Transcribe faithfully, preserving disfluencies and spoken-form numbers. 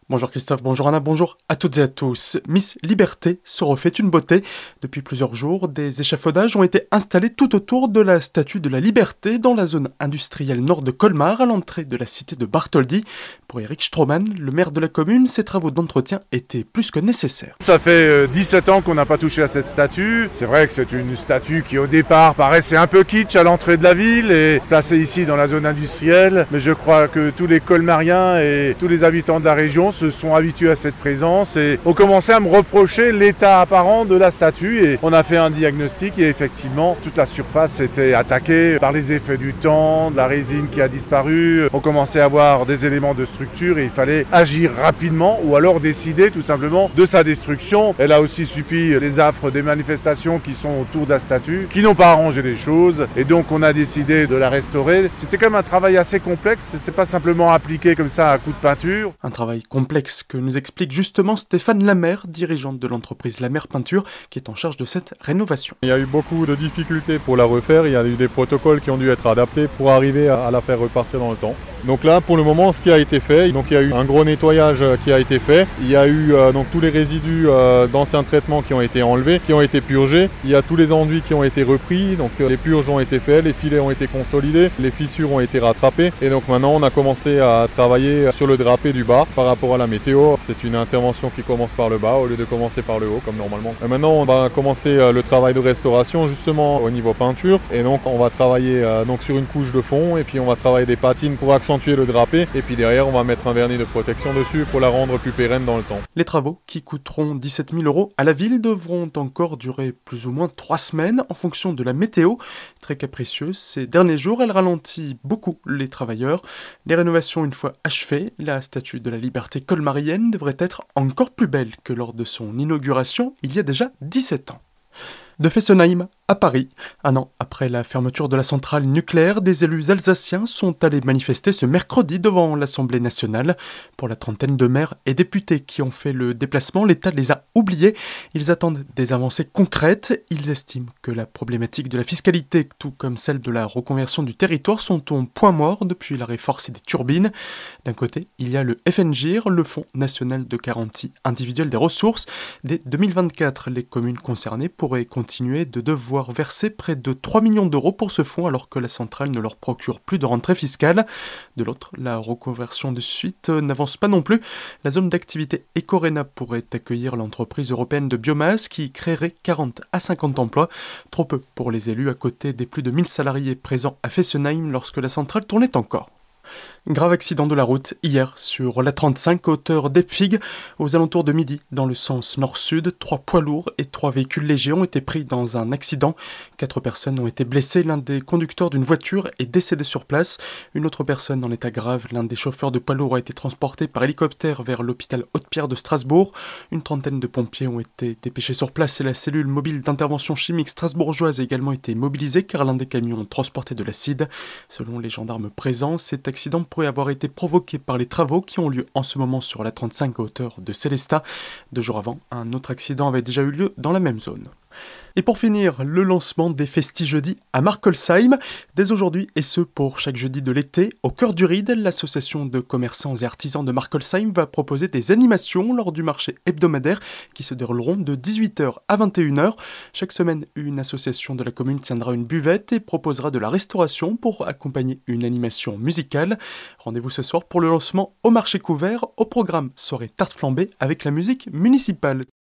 Bonjour Christophe, bonjour Anna, bonjour à toutes et à tous. Miss Liberté se refait une beauté. Depuis plusieurs jours, des échafaudages ont été installés tout autour de la Statue de la Liberté dans la zone industrielle nord de Colmar, à l'entrée de la cité de Bartholdi. Pour Eric Stroman, le maire de la commune, ces travaux d'entretien étaient plus que nécessaires. Ça fait dix-sept ans qu'on n'a pas touché à cette statue. C'est vrai que c'est une statue qui au départ paraissait un peu kitsch à l'entrée de la ville et placée ici dans la zone industrielle. Mais je crois que tous les Colmariens et tous les habitants de la région se sont habitués à cette présence et ont commencé à me reprocher l'état apparent de la statue. Et on a fait un diagnostic et effectivement toute la surface était attaquée par les effets du temps, de la résine qui a disparu. On commençait à avoir des éléments de structure et il fallait agir rapidement ou alors décider tout simplement de sa destruction. Elle a aussi subi les affres des manifestations qui sont autour de la statue, qui n'ont pas arrangé les choses et donc on a décidé de la restaurer. C'était quand même un travail assez complexe, c'est pas simplement appliqué comme ça à coup de peinture. Un travail complexe que nous explique justement Stéphane Lamère, dirigeante de l'entreprise Lamère Peinture, qui est en charge de cette rénovation. Il y a eu beaucoup de difficultés pour la refaire, il y a eu des protocoles qui ont dû être adaptés pour arriver à la faire repartir dans le temps. Donc là, pour le moment, ce qui a été fait, donc il y a eu un gros nettoyage qui a été fait. Il y a eu euh, donc tous les résidus euh, d'anciens traitements qui ont été enlevés, qui ont été purgés. Il y a tous les enduits qui ont été repris. Donc euh, les purges ont été faits, les filets ont été consolidés, les fissures ont été rattrapées. Et donc maintenant, on a commencé à travailler sur le drapé du bas par rapport à la météo. C'est une intervention qui commence par le bas au lieu de commencer par le haut comme normalement. Et maintenant, on va commencer euh, le travail de restauration justement au niveau peinture. Et donc on va travailler euh, donc sur une couche de fond et puis on va travailler des patines pour accentuer le drapé et puis derrière on va mettre un vernis de protection dessus pour la rendre plus pérenne dans le temps. Les travaux, qui coûteront dix-sept mille euros à la ville, devront encore durer plus ou moins trois semaines en fonction de la météo. Très capricieuse, ces derniers jours, elle ralentit beaucoup les travailleurs. Les rénovations une fois achevées, la Statue de la Liberté colmarienne devrait être encore plus belle que lors de son inauguration il y a déjà dix-sept ans. De Fessenheim à Paris, un an après la fermeture de la centrale nucléaire, des élus alsaciens sont allés manifester ce mercredi devant l'Assemblée nationale. Pour la trentaine de maires et députés qui ont fait le déplacement, l'État les a oubliés. Ils attendent des avancées concrètes. Ils estiment que la problématique de la fiscalité, tout comme celle de la reconversion du territoire, sont au point mort depuis l'arrêt forcé des turbines. D'un côté, il y a le F N G I R, le Fonds national de garantie individuelle des ressources. Dès deux mille vingt-quatre, les communes concernées pourraient continuer de devoir verser près de trois millions d'euros pour ce fonds alors que la centrale ne leur procure plus de rentrée fiscale. De l'autre, la reconversion de suite n'avance pas non plus. La zone d'activité Ecorena pourrait accueillir l'entreprise européenne de biomasse qui créerait quarante à cinquante emplois. Trop peu pour les élus à côté des plus de mille salariés présents à Fessenheim lorsque la centrale tournait encore. Grave accident de la route hier sur la trente-cinq hauteur d'Epfig. Aux alentours de midi, dans le sens nord-sud, trois poids lourds et trois véhicules légers ont été pris dans un accident. Quatre personnes ont été blessées. L'un des conducteurs d'une voiture est décédé sur place. Une autre personne en état grave, l'un des chauffeurs de poids lourds, a été transporté par hélicoptère vers l'hôpital Haute-Pierre de Strasbourg. Une trentaine de pompiers ont été dépêchés sur place et la cellule mobile d'intervention chimique strasbourgeoise a également été mobilisée car l'un des camions transportait de l'acide. Selon les gendarmes présents, cet accident pourrait avoir été provoqué par les travaux qui ont lieu en ce moment sur la trente-cinq à hauteur de Célestat. Deux jours avant, un autre accident avait déjà eu lieu dans la même zone. Et pour finir, le lancement des Festi Jeudi à Markolsheim. Dès aujourd'hui, et ce pour chaque jeudi de l'été, au cœur du Ride, l'association de commerçants et artisans de Markolsheim va proposer des animations lors du marché hebdomadaire qui se dérouleront de dix-huit heures à vingt et une heures. Chaque semaine, une association de la commune tiendra une buvette et proposera de la restauration pour accompagner une animation musicale. Rendez-vous ce soir pour le lancement au marché couvert. Au programme, soirée tarte flambée avec la musique municipale.